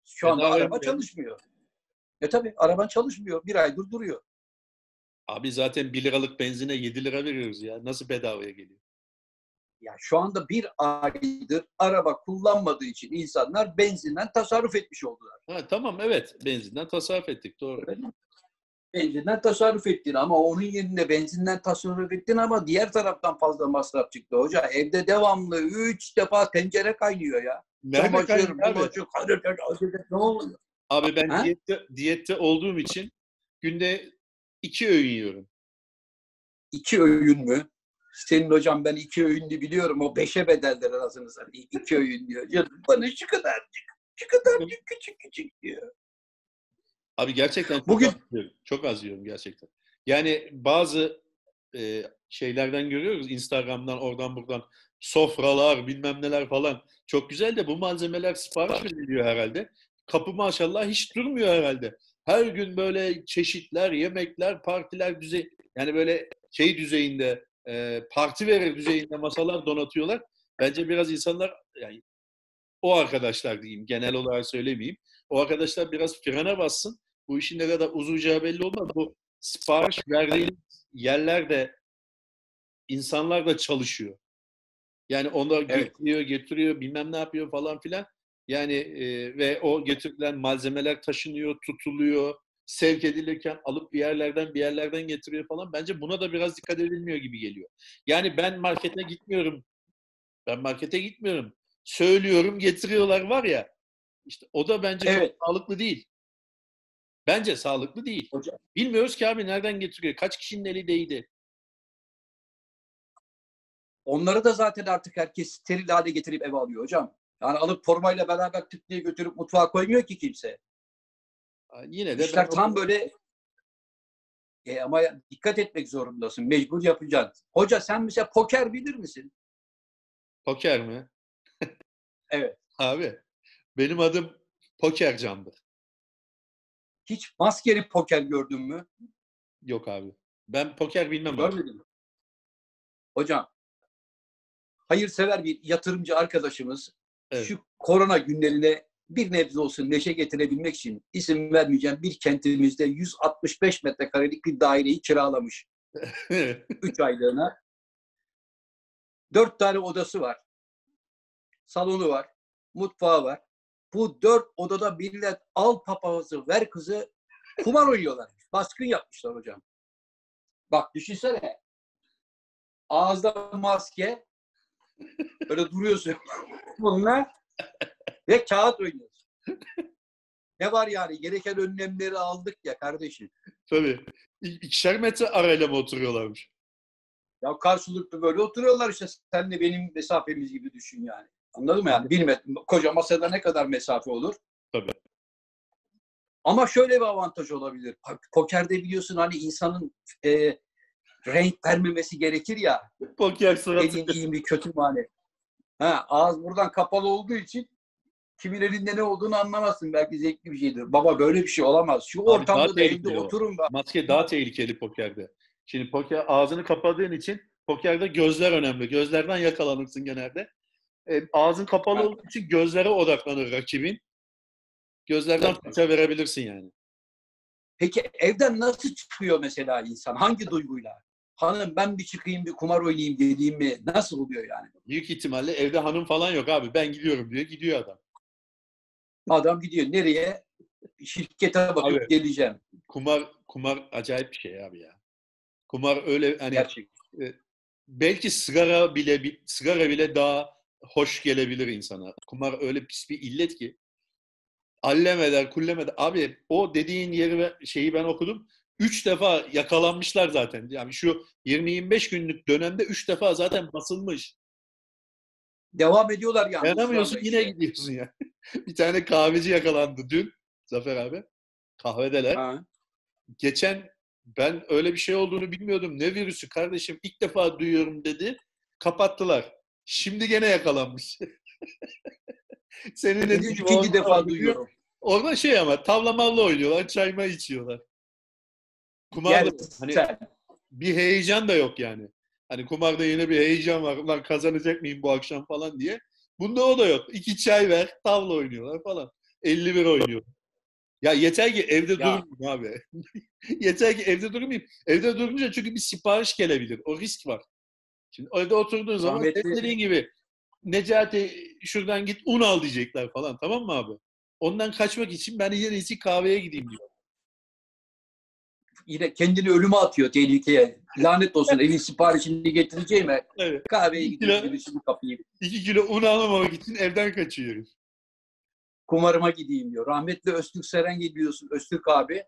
Şu anda Bedava araba mı? çalışmıyor. E tabii araban çalışmıyor. Bir aydır duruyor. Abi zaten bir liralık benzine yedi lira veriyoruz ya. Nasıl bedavaya geliyor? Ya şu anda bir aydır araba kullanmadığı için insanlar benzinden tasarruf etmiş oldular. Ha, tamam evet. Benzinden tasarruf ettik. Doğru. Öyle mi? Benzinden tasarruf ettin ama onun yerine benzinden tasarruf ettin ama diğer taraftan fazla masraf çıktı hoca. Evde devamlı üç defa tencere kaynıyor ya. Nerede kaynıyor Çamaşır, abi? bulaşık, ne oluyor? Abi ben Ha? diyette, diyette olduğum için günde iki öğün yiyorum. İki öğün mü? Senin hocam ben iki öğünlü biliyorum. O beşe bedeldir arasını satayım. İki öğün diyor. Ya bana şu kadarcık, şu kadarcık küçük küçük diyor. Abi gerçekten çok Bugün az yiyorum. Çok az yiyorum gerçekten. Yani bazı e, şeylerden görüyoruz. Instagram'dan, oradan buradan sofralar, bilmem neler falan. Çok güzel de bu malzemeler sipariş veriliyor herhalde. Kapı maşallah hiç durmuyor herhalde. Her gün böyle çeşitler, yemekler, partiler düzey, yani böyle şey düzeyinde, e, parti verir düzeyinde masalar donatıyorlar. Bence biraz insanlar, yani o arkadaşlar diyeyim, genel olarak söylemeyeyim. O arkadaşlar biraz frene bassın. Bu işin ne kadar uzayacağı belli olmaz. Bu sipariş verdiğiniz yerlerde insanlar da çalışıyor. Yani onlar evet. getiriyor, getiriyor, bilmem ne yapıyor falan filan. Yani e, ve o getirilen malzemeler taşınıyor, tutuluyor, sevk edilirken alıp bir yerlerden bir yerlerden getiriyor falan. Bence buna da biraz dikkat edilmiyor gibi geliyor. Yani ben markete gitmiyorum. Ben markete gitmiyorum. Söylüyorum, getiriyorlar var ya. İşte o da bence çok Evet. sağlıklı değil. Bence sağlıklı değil. Hocam. Bilmiyoruz ki abi nereden getiriyor, kaç kişinin eli değdi. Onları da zaten artık herkes steril hale getirip eve alıyor hocam. Yani alıp formayla beraber tık diye götürüp mutfağa koymuyor ki kimse. Yani yine de ben İşler tam o böyle e, ama dikkat etmek zorundasın. Mecbur yapacaksın. Hoca sen mesela poker bilir misin? poker mi? Evet. Abi benim adım Poker Can'dır. Hiç maskeli poker gördün mü? Yok abi. Ben poker bilmem abi. Görmedin mi? Hocam hayırsever bir yatırımcı arkadaşımız Evet. şu korona günlerine bir nebze olsun neşe getirebilmek için isim vermeyeceğim bir kentimizde yüz altmış beş metrekarelik bir daireyi kiralamış. üç aylığına. Dört tane odası var. Salonu var. Mutfağı var. Bu dört odada millet al papazı ver kızı kumar oynuyorlar. Baskın yapmışlar hocam. Bak düşünsene. Ağızda maske. Böyle duruyorsun. Bunlar ve kağıt oynuyorsun. Ne var yani? Gereken önlemleri aldık ya kardeşim. Tabii. İ- İkişer metre arayla mı oturuyorlarmış? Ya karşılıklı böyle oturuyorlar işte. Senle benim mesafemiz gibi düşün yani. Anladın mı yani? Bir metre, koca masada ne kadar mesafe olur? Tabii. Ama şöyle bir avantaj olabilir. Pokerde biliyorsun hani insanın e, renk vermemesi gerekir ya. Poker sırası. Elin iyi mi kötü mü hani. Ha, ağız buradan kapalı olduğu için kimin elinde ne olduğunu anlamazsın. Belki zevkli bir şeydir. Baba böyle bir şey olamaz. Şu Abi daha ortamda da evde tehlikeli o. oturun da. Maske daha tehlikeli pokerde. Şimdi poker ağzını kapadığın için pokerde gözler önemli. Gözlerden yakalanırsın genelde. E, ağzın kapalı Ha. olduğu için gözlere odaklanır rakibin. Gözlerden fırça verebilirsin yani. Peki evden nasıl çıkıyor mesela insan? Hangi duyguyla? Hanım ben bir çıkayım bir kumar oynayayım dediğim mi? Nasıl oluyor yani? Büyük ihtimalle evde hanım falan yok abi. Ben gidiyorum diyor. Gidiyor adam. Adam gidiyor nereye? Şirkete bakıp Abi geleceğim. kumar kumar acayip bir şey abi ya. Kumar öyle hani Gerçek. e, belki sigara bile bir- sigara bile daha hoş gelebilir insana. Kumar öyle pis bir illet ki allem eder, kullem eder. Abi o dediğin yeri ve şeyi ben okudum. Üç defa yakalanmışlar zaten. Yani şu yirmi yirmi beş günlük dönemde üç defa zaten basılmış. Devam ediyorlar yalnız şu Dayanamıyorsun anda yine işe. gidiyorsun ya. Bir tane kahveci yakalandı dün. Zafer abi. Kahvedeler. Ha. Geçen ben öyle bir şey olduğunu bilmiyordum. Ne virüsü kardeşim ilk defa duyuyorum dedi. Kapattılar. Şimdi gene yakalanmış. Senin Ne diyor? dediğin gibi İkinci orada defa oynuyor. duyuyorum. Orada şey ama tavlamalı oynuyorlar. Çay may içiyorlar. Kumar da Gel hani sen. bir heyecan da yok yani. Hani kumarda yine bir heyecan var. Ulan kazanacak mıyım bu akşam falan diye. Bunda o da yok. İki çay ver, tavla oynuyorlar falan. elli bir oynuyorum. Ya yeter ki evde Ya durmayayım abi. Yeter ki evde durmayayım. Evde durunca çünkü bir sipariş gelebilir. O risk var. Şimdi evde oturduğun zaman senin rahmetli dediğin gibi Necati şuradan git un al diyecekler falan, tamam mı abi? Ondan kaçmak için ben en iyisi kahveye gideyim diyor. yine kendini ölüme atıyor tehlikeye. Lanet olsun evin siparişini getireceğime Evet. kahveye İki gideyim kilo, virüsünü kapayım. iki kilo un almamak için evden kaçıyor. Kumarıma gideyim diyor. Rahmetli Öztürk Serengil biliyorsun. Öztürk abi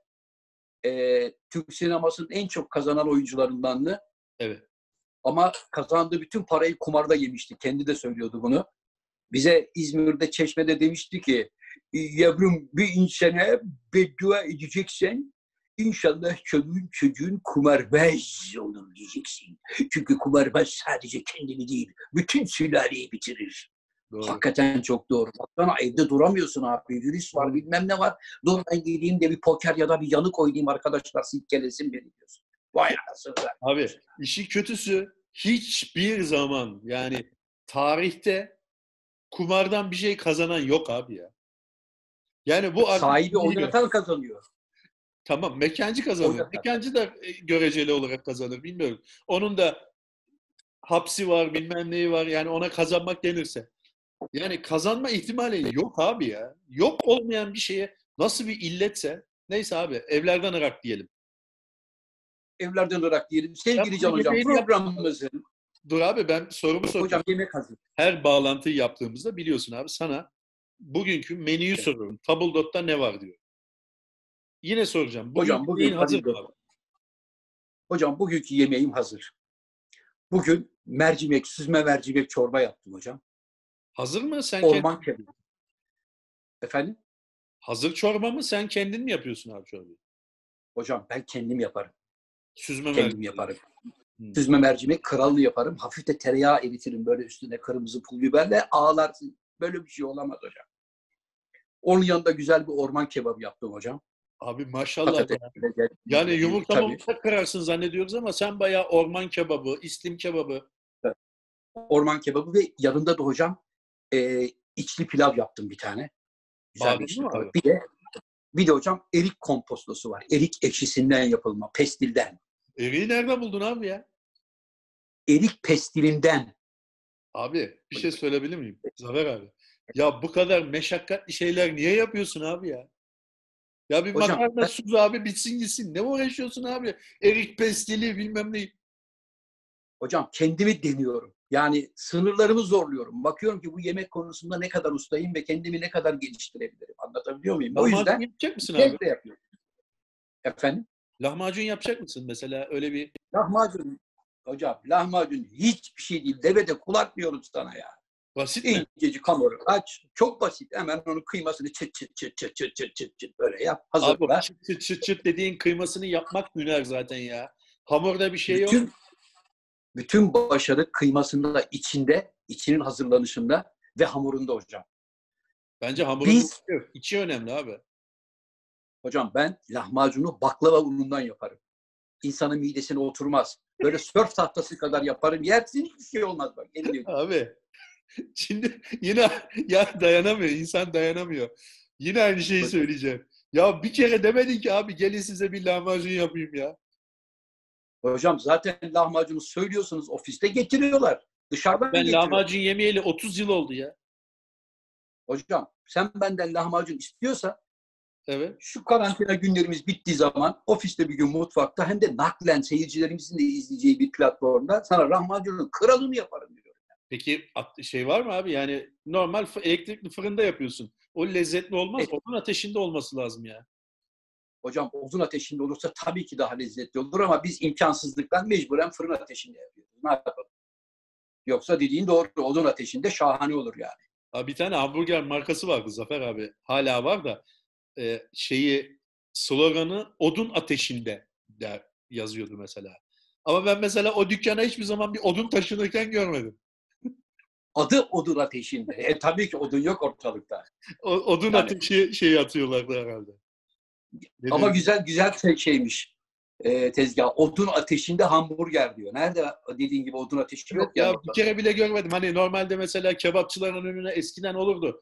e, Türk sinemasının en çok kazanan oyuncularındandı. Evet. Ama kazandığı bütün parayı kumarda yemişti. Kendi de söylüyordu bunu. Bize İzmir'de, Çeşme'de demişti ki yavrum bir insana beddua edeceksen inşallah çocuğun çocuğun kumarbaz olur diyeceksin. Çünkü kumarbaz sadece kendini değil, bütün sülaleyi bitirir. Doğru. Hakikaten çok doğru. Baksana evde duramıyorsun abi. Virüs var, Doğru. bilmem ne var. Dur ben gideyim de bir poker ya da bir yanık oynayayım arkadaşlar silkelesin beni diyorsun. Vay anasını. Abi işin kötüsü hiçbir zaman yani tarihte kumardan bir şey kazanan yok abi ya. Yani bu artık Sahibi oynatan kazanıyor. tamam, mekancı kazanır. Oynatan. Mekancı da e, göreceli olarak kazanır, bilmiyorum. Onun da hapsi var, bilmem neyi var. Yani ona kazanmak denirse. Yani kazanma ihtimali yok abi ya. Yok olmayan bir şeye nasıl bir illetse, neyse abi evlerden ırak diyelim. Evlerden olarak diyelim. Sen Sevgili bunu Can Hocam yemeğini yap. programımızın Dur abi ben sorumu hocam soracağım. yemek hazır. Her bağlantıyı yaptığımızda biliyorsun abi sana bugünkü menüyü Evet. soruyorum. Tabldot'ta ne var diyor. Yine soracağım. Bugün Hocam bugün yemeğin hazır mı tabii abi? hocam bugünkü yemeğim hazır. Bugün mercimek, süzme mercimek çorba yaptım hocam. Hazır mı? Sen kendin, Orman kebabı. Efendim? hazır çorba mı? Sen kendin mi yapıyorsun abi çorbayı? Hocam ben kendim yaparım. Süzme Kendim mercimeği. yaparım. Hmm. Süzme mercimek kralını yaparım. Hafif de tereyağı eritirim böyle üstüne kırmızı pul biberle ağlarsın. Böyle bir şey olamaz hocam. Onun yanında güzel bir orman kebabı yaptım hocam. Abi maşallah Patates. ya. Yani yumurta mı kırarsın zannediyoruz ama sen bayağı orman kebabı, islim kebabı. Orman kebabı ve yanında da hocam e, içli pilav yaptım bir tane. Güzel bir Bademli içli mi pilav. abi? Bir de bir de hocam erik kompostosu var. Erik ekşisinden yapılma, pestilden. Eriği nereden buldun abi ya? Erik pestilinden. Abi bir şey söyleyebilir miyim? Zafer abi. Ya bu kadar meşakkatli şeyler niye yapıyorsun abi ya? Ya bir Hocam makarna ben, suz abi bitsin gitsin. Ne uğraşıyorsun abi? Erik pestili bilmem ne. hocam kendimi deniyorum. Yani sınırlarımı zorluyorum. Bakıyorum ki bu yemek konusunda ne kadar ustayım ve kendimi ne kadar geliştirebilirim. Anlatabiliyor muyum? O Lahmacun yüzden yapacak mısın abi? tezle yapıyorum. Efendim? Lahmacun yapacak mısın mesela öyle bir Lahmacun. Hocam lahmacun hiçbir şey değil. Devede kulak diyorum sana ya. basit mi? İncecik hamuru aç. Çok basit. Hemen onun kıymasını çıt çıt çıt çıt çıt çıt çıt çıt böyle yap. Abi o Hazırla. çıt çıt çıt çıt dediğin kıymasını yapmak hüner zaten ya. Hamurda bir şey yok. Bütün bütün başarı kıymasında, içinde, içinin hazırlanışında ve hamurunda hocam. Bence hamurun Biz, yok. İçi önemli abi. hocam ben lahmacunu baklava unundan yaparım. İnsanın midesine oturmaz. Böyle sörf tahtası kadar yaparım. Yersin hiçbir şey olmaz bak. Eline. Abi şimdi yine ya dayanamıyor. İnsan dayanamıyor. Yine aynı şeyi söyleyeceğim. Ya bir kere demedin ki abi gelin size bir lahmacun yapayım ya. Hocam zaten lahmacunu söylüyorsunuz ofiste getiriyorlar. Dışarıdan Ben getiriyorlar. lahmacun yemeyeli otuz yıl oldu ya. Hocam sen benden lahmacun istiyorsa Evet. şu karantina günlerimiz bittiği zaman ofiste bir gün mutfakta hem de naklen seyircilerimizin de izleyeceği bir platformda sana lahmacunun kralını yaparım diyor. Peki şey var mı abi? Yani normal elektrikli fırında yapıyorsun. O lezzetli olmaz. Evet. Onun ateşinde olması lazım ya. Hocam odun ateşinde olursa tabii ki daha lezzetli olur ama biz imkansızlıktan mecburen fırın ateşinde yapıyoruz. Ne yapalım? Yoksa dediğin doğru. Odun ateşinde şahane olur yani. Abi bir tane hamburger markası vardı Zafer abi. Hala var da e, şeyi sloganı odun ateşinde der yazıyordu mesela. Ama ben mesela o dükkana hiçbir zaman bir odun taşınırken görmedim. Adı odun ateşinde. E tabii ki odun yok ortalıkta. O, odun Yani, ateşi şey atıyorlardı herhalde. Ne ama dedim? güzel güzel şeymiş e, tezgah. Odun ateşinde hamburger diyor. Nerede dediğin gibi odun ateşi Evet yok yani ya bir ortada. kere bile görmedim. Hani normalde mesela kebapçıların önüne eskiden olurdu.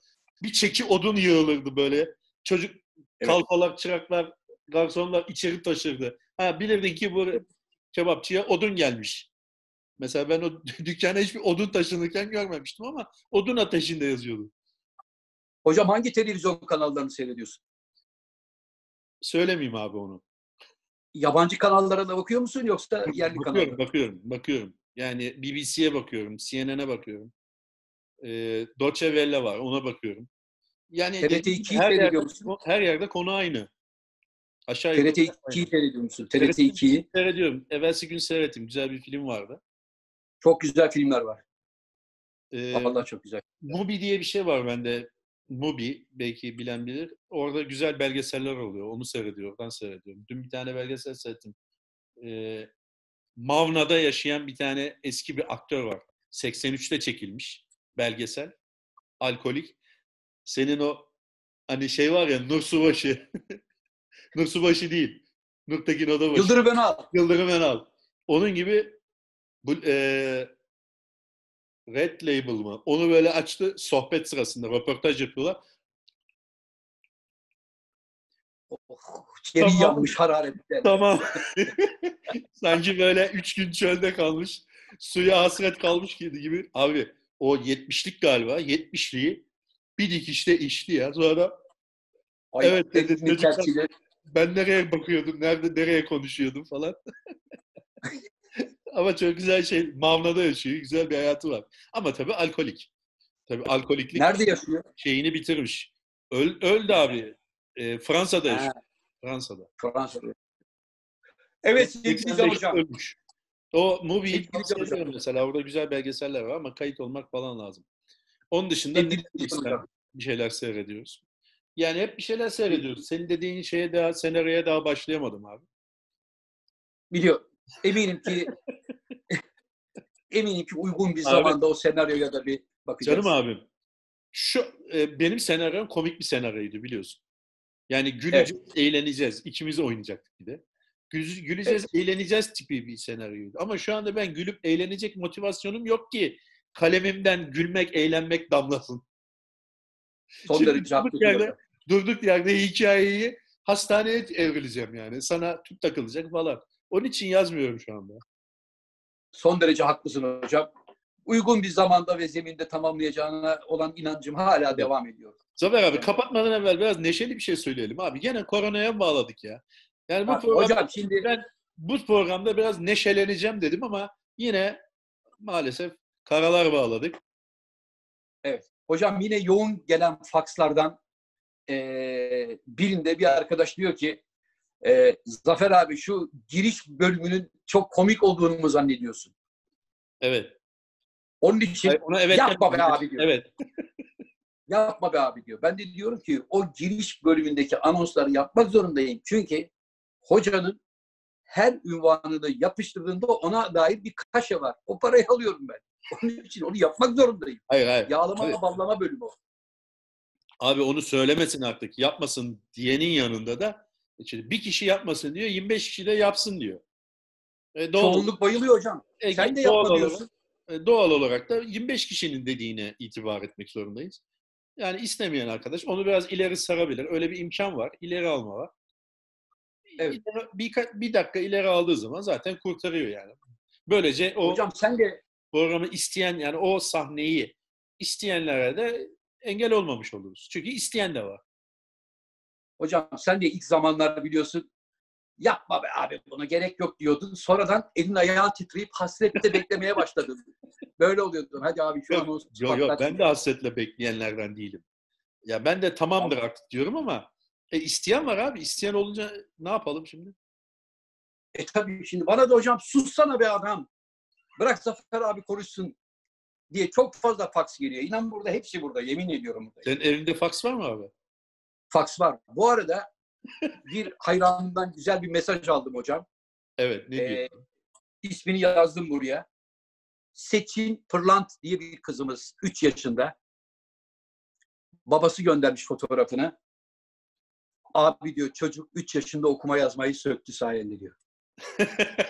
bir çeki odun yığılırdı böyle. Çocuk, Evet. kalfalar, çıraklar, garsonlar içeri taşırdı. Ha, bilirdin ki bu kebapçıya odun gelmiş. Mesela ben o dükkana hiçbir odun taşınırken görmemiştim ama odun ateşinde yazıyordu. Hocam hangi televizyon kanallarını seyrediyorsun? Söylemeyeyim abi onu. Yabancı kanallara da bakıyor musun yoksa yerli Bakıyorum, kanallara? bakıyorum, bakıyorum. Yani B B C'ye bakıyorum, C N N'e bakıyorum. E, Deutsche Welle var, ona bakıyorum. Yani T R T dediğim gibi ikiyi her yerde seyrediyor musun? her yerde konu aynı. Aşağı yukarı T R T aynı. ikiyi seyrediyor musun? T R T T R T ikiyi. seyrediyorum. Evvelsi gün seyrettim. Güzel bir film vardı. Çok güzel filmler var. Ee, Vallahi çok güzel. Mubi diye bir şey var bende. Mubi, belki bilen bilir. Orada güzel belgeseller oluyor. Onu seyrediyorum. Ben seyrediyorum. Dün bir tane belgesel seyrettim. Ee, Mavna'da yaşayan bir tane eski bir aktör var. seksen üçte çekilmiş belgesel. Alkolik. Senin o hani şey var ya, Nur Subaşı. Nur Subaşı değil. Nurtekin Odabaşı. Yıldırım Önal. Yıldırım Önal. Onun gibi bu, e, Red Label mı? Onu böyle açtı sohbet sırasında. Röportaj yapıyorlar. Oh, yeri Tamam. yanmış hararetten. Tamam. Sanki böyle üç gün çölde kalmış. Suya hasret kalmış gibi. Abi o yetmişlik galiba. yetmişliği bir dikişte içti ya. Sonra Ay, evet dedi elini çocuklar, tersiyle. ben nereye bakıyordum, nerede nereye konuşuyordum falan. Ama çok güzel şey. Mavna'da yaşıyor. Güzel bir hayatı var. Ama tabii alkolik. Tabii alkoliklik Nerede yaşıyor? şeyini bitirmiş. Öl, öldü abi. E, Fransa'da Ha, yaşıyor. Fransa'da. Fransa'da. Evet sevgili Can seksen beşte Hocam. ölmüş. O Movie'yi Sevgili Can tavsiye Hocam. ediyorum mesela. Orada güzel belgeseller var ama kayıt olmak falan lazım. Onun dışında Sevgili Can Netflix'ten Hocam. bir şeyler seyrediyoruz. Yani hep bir şeyler seyrediyoruz. Senin dediğin şeye daha, senaryoya daha başlayamadım abi. Biliyorum. Eminim ki eminim ki uygun bir Abi, zamanda o senaryoya da bir canım bakacağız. abim. Şu e, benim senaryom komik bir senaryoydu biliyorsun. Yani Evet. güleceğiz, eğleneceğiz. İkimiz oynayacaktık bir de. Gül- Güleceğiz, Evet. eğleneceğiz tipi bir senaryoydu. Ama şu anda ben gülüp eğlenecek motivasyonum yok ki kalemimden gülmek, eğlenmek damlasın. Son Şimdi derece durduk haklısın yerde, hocam. durduk yerde hikayeyi hastaneye evrileceğim yani. Sana tüp takılacak falan. Onun için yazmıyorum şu anda. Son derece haklısın hocam. Uygun bir zamanda ve zeminde tamamlayacağına olan inancım hala Evet. devam ediyor. Zafer abi, kapatmadan evvel biraz neşeli bir şey söyleyelim abi. Gene koronaya bağladık ya. Yani bu Ha, programda hocam şimdi ben bu programda biraz neşeleneceğim dedim ama yine maalesef karalar bağladık. evet. Hocam yine yoğun gelen fakslardan e, birinde bir arkadaş diyor ki e, Zafer abi şu giriş bölümünün çok komik olduğunu mu zannediyorsun? Evet. Onun Hayır, için ona evet yapma be demedim. abi diyor. Evet. Yapma be abi diyor. Ben de diyorum ki o giriş bölümündeki anonsları yapmak zorundayım. Çünkü hocanın her ünvanını yapıştırdığında ona dair bir kaşe var. O parayı alıyorum ben. Onun için onu yapmak zorundayım. Hayır hayır. Yağlama Abi, ballama bölümü o. abi onu söylemesin artık. Yapmasın diyenin yanında da işte bir kişi yapmasın diyor, yirmi beş kişi de yapsın diyor. E, doğal Çoğunluk bayılıyor hocam. e, Sen de doğal yapma olarak diyorsun. e, doğal olarak da yirmi beş kişinin dediğine itibar etmek zorundayız. Yani istemeyen arkadaş onu biraz ileri sarabilir. Öyle bir imkan var. İleri alma var. Evet. İleri, bir, bir dakika ileri aldığı zaman zaten kurtarıyor yani. Böylece o Hocam sen de programı isteyen, yani o sahneyi isteyenlere de engel olmamış oluruz. Çünkü isteyen de var. hocam sen de ilk zamanlar biliyorsun yapma be abi buna gerek yok diyordun. Sonradan elin ayağın titreyip hasretle beklemeye başladın. Böyle oluyordu. Hadi abi şu Yok an o yok, yok. patlat. Ben de hasretle bekleyenlerden değilim. Ya ben de tamamdır artık diyorum ama e, isteyen var abi. İsteyen olunca ne yapalım şimdi? E tabii şimdi bana da hocam sussana be adam. Bırak Zafer abi konuşsun diye çok fazla faks geliyor. İnan burada hepsi burada. Yemin ediyorum burada. Senin evinde faks var mı abi? Faks var. Bu arada bir hayranımdan güzel bir mesaj aldım hocam. Evet, ne diyor? Ee, ismini yazdım buraya. Seçin Pırlant diye bir kızımız. üç yaşında. Babası göndermiş fotoğrafını. Abi diyor çocuk üç yaşında okuma yazmayı söktü sayende diyor.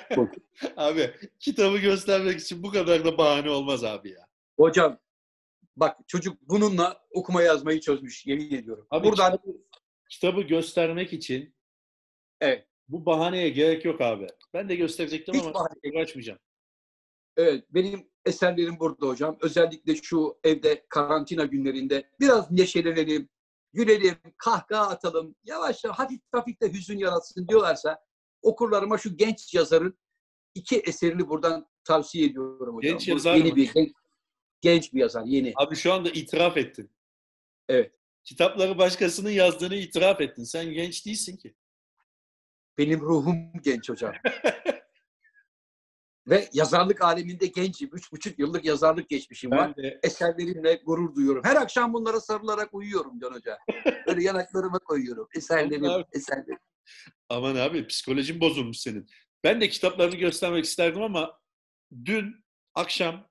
Abi kitabı göstermek için bu kadar da bahane olmaz abi ya. Hocam Bak çocuk bununla okuma yazmayı çözmüş, yemin ediyorum. Abi Buradan kitabı, kitabı göstermek için evet, bu bahaneye gerek yok abi. Ben de gösterecektim hiç ama bahane yok. uğraşmayacağım. Evet, benim eserlerim burada hocam. Özellikle şu evde karantina günlerinde biraz neşelenelim, gülelim, kahkaha atalım, yavaş yavaş hafif hafif de hüzün yaratsın diyorlarsa okurlarıma şu genç yazarın iki eserini buradan tavsiye ediyorum hocam. Genç Bu yazar yeni mı? bir genç, genç bir yazar, yeni. Abi şu anda itiraf ettin. Evet. Kitapları başkasının yazdığını itiraf ettin. Sen genç değilsin ki. Benim ruhum genç hocam. Ve yazarlık aleminde gencim. Üç buçuk yıllık yazarlık geçmişim Ben var. de Eserlerimle gurur duyuyorum. Her akşam bunlara sarılarak uyuyorum Can Hoca. Böyle yanaklarıma koyuyorum. Eserlerim, Aman abi, eserlerim. aman abi psikolojin bozulmuş senin. Ben de kitaplarını göstermek isterdim ama dün akşam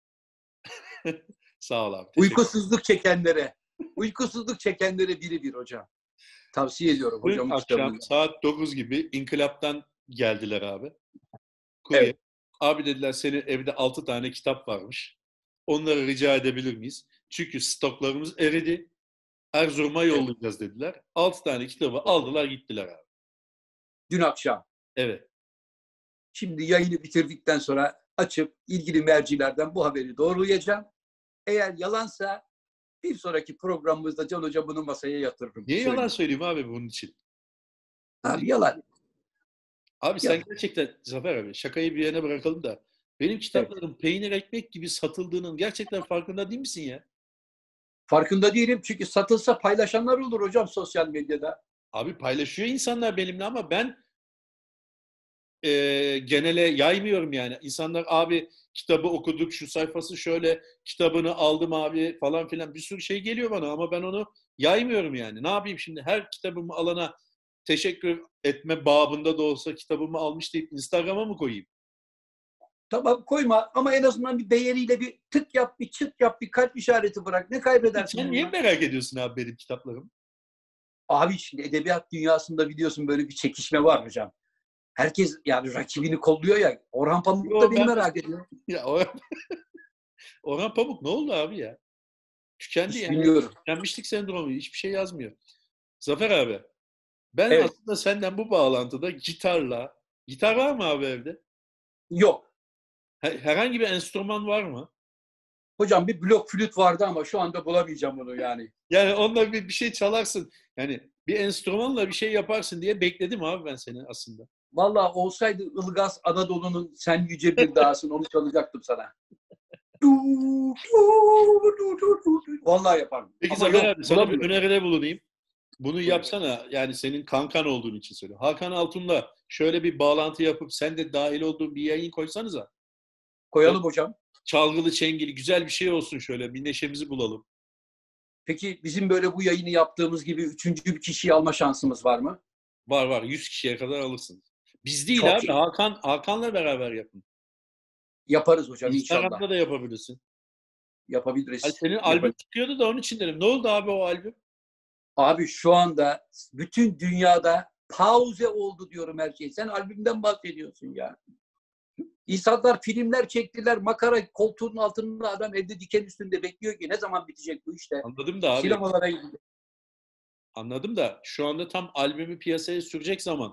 sağ ol abi. Teşekkür Uykusuzluk çekenlere, uykusuzluk çekenlere biri bir hocam. Tavsiye ediyorum Dün hocamın akşam kitabını. saat dokuz gibi İnkılap'tan geldiler abi. Kurye. Evet. Abi dediler senin evde altı tane kitap varmış. Onları rica edebilir miyiz? Çünkü stoklarımız eridi. Erzurum'a yollayacağız dediler. altı tane kitabı aldılar gittiler abi. Dün akşam. Evet. Şimdi yayını bitirdikten sonra açıp ilgili mercilerden bu haberi doğrulayacağım. Eğer yalansa bir sonraki programımızda Can Hoca bunu masaya yatırırım. Niye yalan Söyleyeyim. söyleyeyim abi bunun için? Abi yalan. Abi sen Yalan. gerçekten Zafer abi şakayı bir yana bırakalım da benim kitaplarım peynir ekmek gibi satıldığının gerçekten farkında değil misin ya? Farkında değilim çünkü satılsa paylaşanlar olur hocam sosyal medyada. Abi paylaşıyor insanlar benimle ama ben e, genele yaymıyorum yani. İnsanlar abi kitabı okuduk, şu sayfası şöyle, kitabını aldım abi falan filan bir sürü şey geliyor bana ama ben onu yaymıyorum yani. Ne yapayım şimdi? Her kitabımı alana teşekkür etme babında da olsa kitabımı almış deyip Instagram'a mı koyayım? Tamam koyma ama en azından bir beğeniyle bir tık yap, bir çıt yap, bir kalp işareti bırak. Ne kaybedersin Sen niye bundan? merak ediyorsun abi benim kitaplarımı? Abi şimdi edebiyat dünyasında biliyorsun böyle bir çekişme var hocam. Herkes yani rakibini kolluyor ya. Orhan Pamuk da Yo, beni ben merak ediyor. ya Orhan, Orhan Pamuk ne oldu abi ya? Tükendi Hiç yani. bilmiyorum. Tükenmişlik sendromu. Hiçbir şey yazmıyor. Zafer abi, ben Evet. aslında senden bu bağlantıda gitarla, gitar var mı abi evde? Yok. Herhangi bir enstrüman var mı? Hocam bir blok flüt vardı ama şu anda bulamayacağım onu yani. Yani onunla bir, bir şey çalarsın. Yani bir enstrümanla bir şey yaparsın diye bekledim abi ben seni aslında. Vallahi olsaydı Ilgaz Anadolu'nun Sen Yüce Bir Dağsın onu çalacaktım sana. Vallahi yaparım. Peki Ama Zafer yok abi sana bir bulamıyorum. öneride bulunayım. Bunu Buyurun. yapsana. Yani senin kankan olduğun için söylüyorum. Hakan Altun'la şöyle bir bağlantı yapıp sen de dahil olduğun bir yayın koysanıza. Koyalım hocam. Çalgılı çengeli güzel bir şey olsun şöyle. Bir neşemizi bulalım. Peki bizim böyle bu yayını yaptığımız gibi üçüncü bir kişiyi alma şansımız var mı? Var var. yüz kişiye kadar alırsın. Biz değil Çok abi. iyi. Hakan Hakan'la beraber yapın. Yaparız hocam inşallah. Instagram'da da yapabilirsin. Hani Yapabiliriz. senin albüm Yaparız. çıkıyordu da onun için dedim. Ne oldu abi o albüm? Abi şu anda bütün dünyada pauze oldu diyorum her şey. Sen albümden bahsediyorsun ya. İnsanlar filmler çektiler. Makara koltuğun altında adam evde diken üstünde bekliyor ki ne zaman bitecek bu işte. Anladım da abi. Sinemalara gidiyor. Anladım da şu anda tam albümü piyasaya sürecek zaman.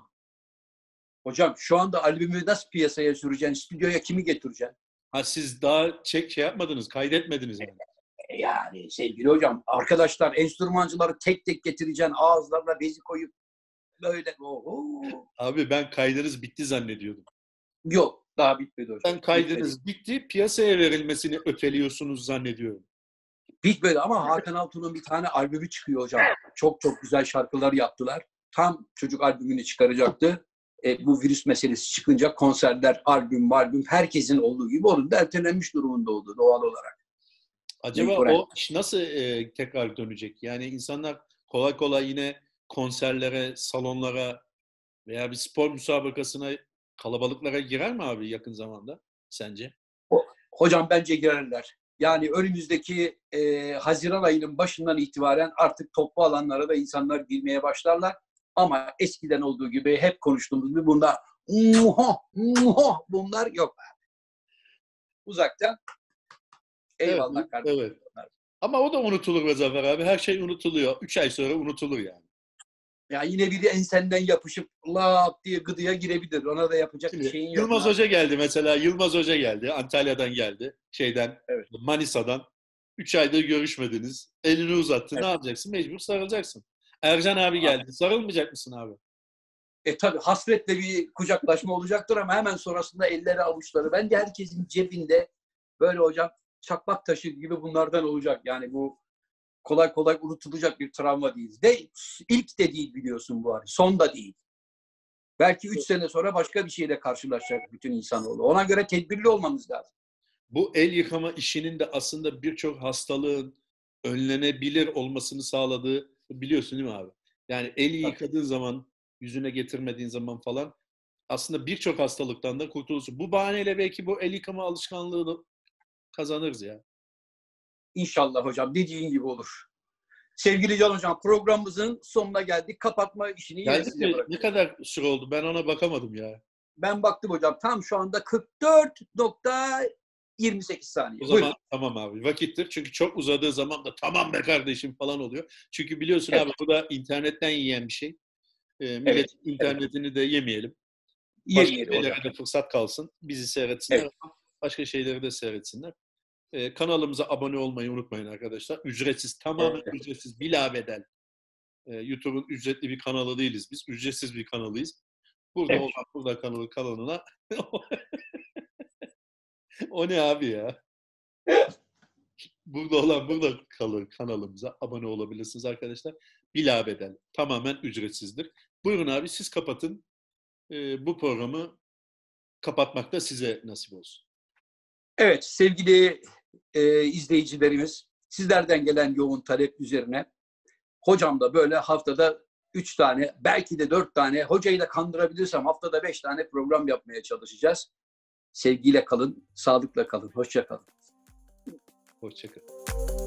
Hocam şu anda albümü nasıl piyasaya süreceksin? Stüdyoya kimi getireceksin? Ha siz daha çek şey yapmadınız, kaydetmediniz yani. Yani sevgili hocam, arkadaşlar enstrümancıları tek tek getireceksin. Ağızlarına bezi koyup böyle. Oho. Abi ben kaydınız bitti zannediyordum. Yok, daha bitmedi hocam. Ben kaydınız bitti, piyasaya verilmesini öteliyorsunuz zannediyorum. Bitmedi ama Hakan Altun'un bir tane albümü çıkıyor hocam. Çok çok güzel şarkılar yaptılar. Tam çocuk albümünü çıkaracaktı. E, bu virüs meselesi çıkınca konserler, albüm, albüm herkesin olduğu gibi onun da ertelenmiş durumunda oldu doğal olarak. Acaba Mecburen. o iş nasıl e, tekrar dönecek? Yani insanlar kolay kolay yine konserlere, salonlara veya bir spor müsabakasına, kalabalıklara girer mi abi yakın zamanda sence? Hocam bence girerler. Yani önümüzdeki e, Haziran ayının başından itibaren artık toplu alanlara da insanlar girmeye başlarlar. Ama eskiden olduğu gibi hep konuştuğumuz gibi bunda muho, muho bunlar yok. Uzaktan Eyvallah Evet, kardeşim. evet. Ama o da unutulur be Zafer abi. Her şey unutuluyor. Üç ay sonra unutulur yani. Ya yine biri ensenden yapışıp lap diye gıdıya girebilir. Ona da yapacak bir Şimdi şeyin yok. Yılmaz Hoca geldi mesela. Yılmaz Hoca geldi. Antalya'dan geldi. Şeyden, Evet. Manisa'dan. Üç aydır görüşmediniz. Elini uzattı. Evet. Ne yapacaksın? Mecbur sarılacaksın. Ercan abi geldi. Sarılmayacak mısın abi? E tabii hasretle bir kucaklaşma olacaktır ama hemen sonrasında elleri avuçları. Bence herkesin cebinde böyle hocam çakmak taşı gibi bunlardan olacak. Yani bu kolay kolay unutulacak bir travma değil. De ilk de değil biliyorsun bu arada. Son da değil. Belki üç sene sonra başka bir şeyle karşılaşacak bütün insanoğlu. Ona göre tedbirli olmamız lazım. Bu el yıkama işinin de aslında birçok hastalığın önlenebilir olmasını sağladığı biliyorsun değil mi abi? Yani eli yıkadığın zaman, yüzüne getirmediğin zaman falan aslında birçok hastalıktan da kurtulursun. Bu bahaneyle belki bu el yıkama alışkanlığını kazanırız ya. İnşallah hocam dediğin gibi olur. Sevgili Can Hocam programımızın sonuna geldik. Kapatma işini yine Geldi size mi? Ne bırakıyorum. kadar süre oldu? Ben ona bakamadım ya. Ben baktım hocam tam şu anda kırk dört nokta yirmi sekiz saniye. O zaman Buyurun. tamam abi. Vakittir. Çünkü çok uzadığı zaman da tamam be kardeşim falan oluyor. Çünkü biliyorsun Evet. abi bu da internetten yiyen bir şey. E, millet Evet. internetini de yemeyelim. Başka Yemeyelim hocam. şeylere de fırsat kalsın. Bizi seyretsinler Evet. ama başka şeyleri de seyretsinler. Ee, kanalımıza abone olmayı unutmayın arkadaşlar. Ücretsiz, tamamen Evet. ücretsiz, bila bedel. Ee, YouTube'un ücretli bir kanalı değiliz biz. Ücretsiz bir kanalıyız. Burada Evet. olan burada kanalı kanalına o ne abi ya? Burada olan burada kalır kanalımıza abone olabilirsiniz arkadaşlar. Bila bedel. Tamamen ücretsizdir. Buyurun abi siz kapatın. Ee, bu programı kapatmak da size nasip olsun. Evet sevgili e, izleyicilerimiz sizlerden gelen yoğun talep üzerine hocam da böyle haftada üç tane belki de dört tane hocayı da kandırabilirsem haftada beş tane program yapmaya çalışacağız. Sevgiyle kalın, sağlıkla kalın, hoşça kalın. Hoşçakalın.